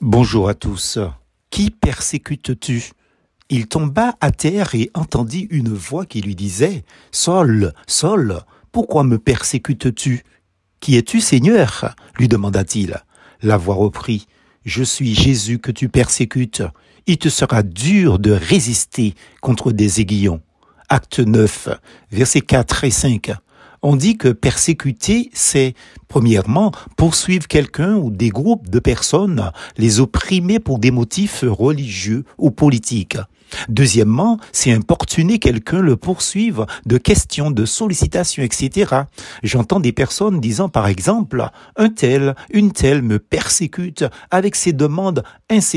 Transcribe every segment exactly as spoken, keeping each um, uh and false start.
Bonjour à tous. Qui persécutes-tu ? Il tomba à terre et entendit une voix qui lui disait « Saul, Saul, pourquoi me persécutes-tu ? Qui es-tu, Seigneur ?» lui demanda-t-il. La voix reprit « Je suis Jésus que tu persécutes. Il te sera dur de résister contre des aiguillons. » Acte neuf, versets quatre et cinq. On dit que persécuter, c'est, premièrement, poursuivre quelqu'un ou des groupes de personnes, les opprimer pour des motifs religieux ou politiques. Deuxièmement, c'est importuner quelqu'un, le poursuivre de questions, de sollicitations, et cetera. J'entends des personnes disant, par exemple, « un tel, une telle me persécute avec ses demandes incessantes ».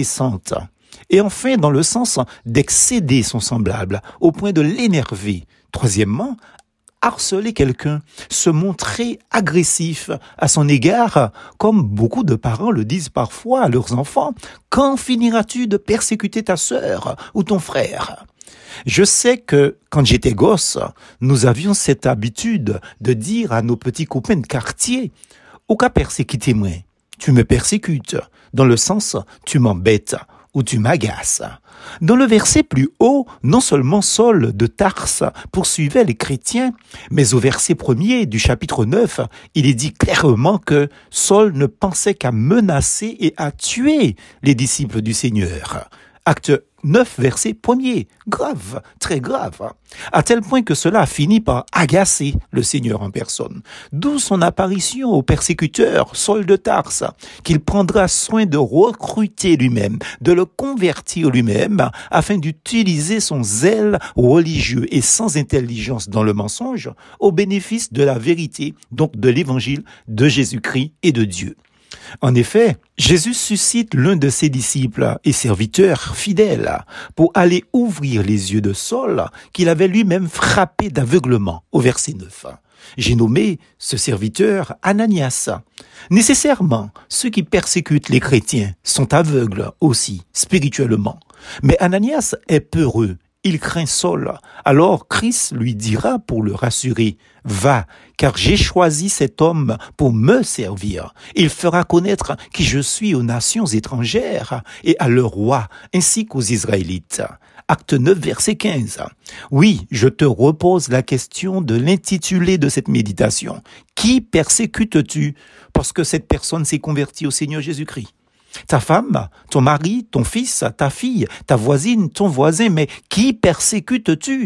Et enfin, dans le sens d'excéder son semblable, au point de l'énerver. Troisièmement, harceler quelqu'un, se montrer agressif à son égard, comme beaucoup de parents le disent parfois à leurs enfants. Quand finiras-tu de persécuter ta sœur ou ton frère ? Je sais que quand j'étais gosse, nous avions cette habitude de dire à nos petits copains de quartier « Au cas persécuter-moi, tu me persécutes, dans le sens tu m'embêtes ». Ou tu m'agaces. Dans le verset plus haut, non seulement Saul de Tarse poursuivait les chrétiens, mais au verset premier du chapitre neuf, il est dit clairement que Saul ne pensait qu'à menacer et à tuer les disciples du Seigneur. Acte neuf, verset premier. Grave, très grave. À tel point que cela a fini par agacer le Seigneur en personne. D'où son apparition au persécuteur, Saul de Tarse, qu'il prendra soin de recruter lui-même, de le convertir lui-même, afin d'utiliser son zèle religieux et sans intelligence dans le mensonge, au bénéfice de la vérité, donc de l'évangile de Jésus-Christ et de Dieu. En effet, Jésus suscite l'un de ses disciples et serviteurs fidèles pour aller ouvrir les yeux de Saul qu'il avait lui-même frappé d'aveuglement au verset neuf. J'ai nommé ce serviteur Ananias. Nécessairement, ceux qui persécutent les chrétiens sont aveugles aussi, spirituellement. Mais Ananias est peureux. Il craint Saul. Alors Christ lui dira pour le rassurer, « Va, car j'ai choisi cet homme pour me servir. Il fera connaître qui je suis aux nations étrangères et à leur roi, ainsi qu'aux Israélites. » Acte neuf, verset quinze. Oui, je te repose la question de l'intitulé de cette méditation. Qui persécutes-tu parce que cette personne s'est convertie au Seigneur Jésus-Christ? Ta femme, ton mari, ton fils, ta fille, ta voisine, ton voisin, mais qui persécutes-tu ?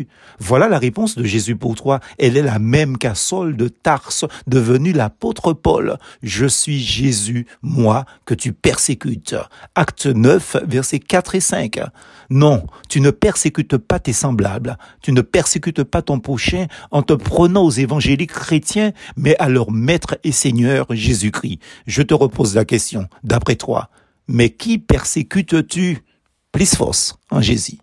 Voilà la réponse de Jésus pour toi. Elle est la même qu'à Saul de Tarse, devenu l'apôtre Paul. Je suis Jésus, moi, que tu persécutes. Acte neuf, versets quatre et cinq. Non, tu ne persécutes pas tes semblables, tu ne persécutes pas ton prochain en te prenant aux évangéliques chrétiens, mais à leur maître et Seigneur Jésus-Christ. Je te repose la question, d'après toi, mais qui persécutes-tu ? Plus force en Jésus.